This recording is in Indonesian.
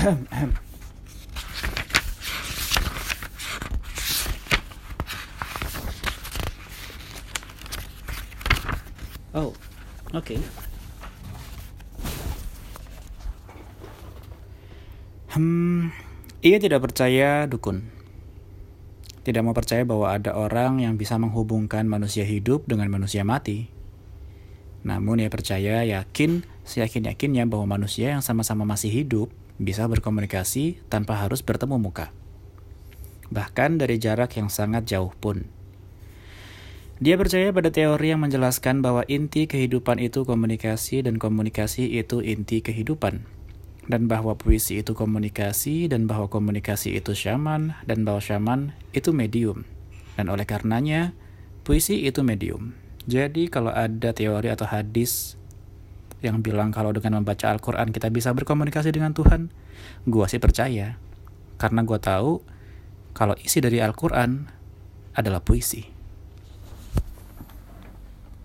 Oh, oke. Ia tidak percaya dukun. Tidak mau percaya bahwa ada orang yang bisa menghubungkan manusia hidup dengan manusia mati. Namun ia percaya, seyakin-yakinnya bahwa manusia yang sama-sama masih hidup bisa berkomunikasi tanpa harus bertemu muka. Bahkan dari jarak yang sangat jauh pun. Dia percaya pada teori yang menjelaskan bahwa inti kehidupan itu komunikasi dan komunikasi itu inti kehidupan. Dan bahwa puisi itu komunikasi dan bahwa komunikasi itu syaman dan bahwa syaman itu medium. Dan oleh karenanya, puisi itu medium. Jadi kalau ada teori atau hadis yang bilang kalau dengan membaca Al-Quran kita bisa berkomunikasi dengan Tuhan, gua sih percaya. Karena gua tahu kalau isi dari Al-Quran adalah puisi.